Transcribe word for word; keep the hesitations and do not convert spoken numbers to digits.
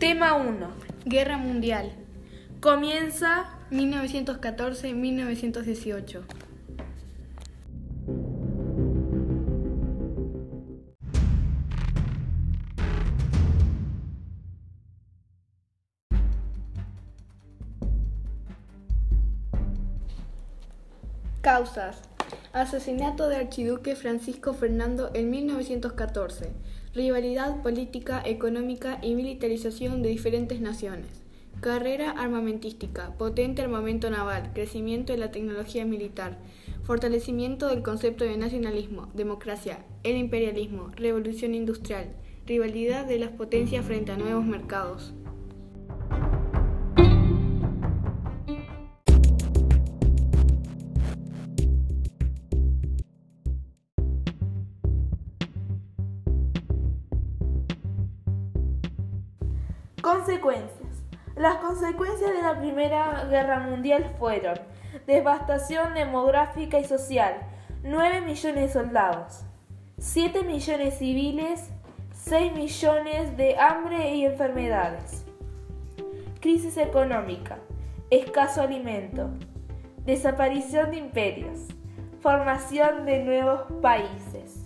Tema uno. Guerra Mundial. Comienza mil novecientos catorce a mil novecientos dieciocho. Causas. Asesinato del archiduque Francisco Fernando en mil novecientos catorce. Rivalidad política, económica y militarización de diferentes naciones. Carrera armamentística, potente armamento naval, crecimiento de la tecnología militar, fortalecimiento del concepto de nacionalismo, democracia, el imperialismo, revolución industrial, rivalidad de las potencias frente a nuevos mercados. Consecuencias. Las consecuencias de la Primera Guerra Mundial fueron devastación demográfica y social, nueve millones de soldados, siete millones civiles, seis millones de hambre y enfermedades, crisis económica, escaso alimento, desaparición de imperios, formación de nuevos países.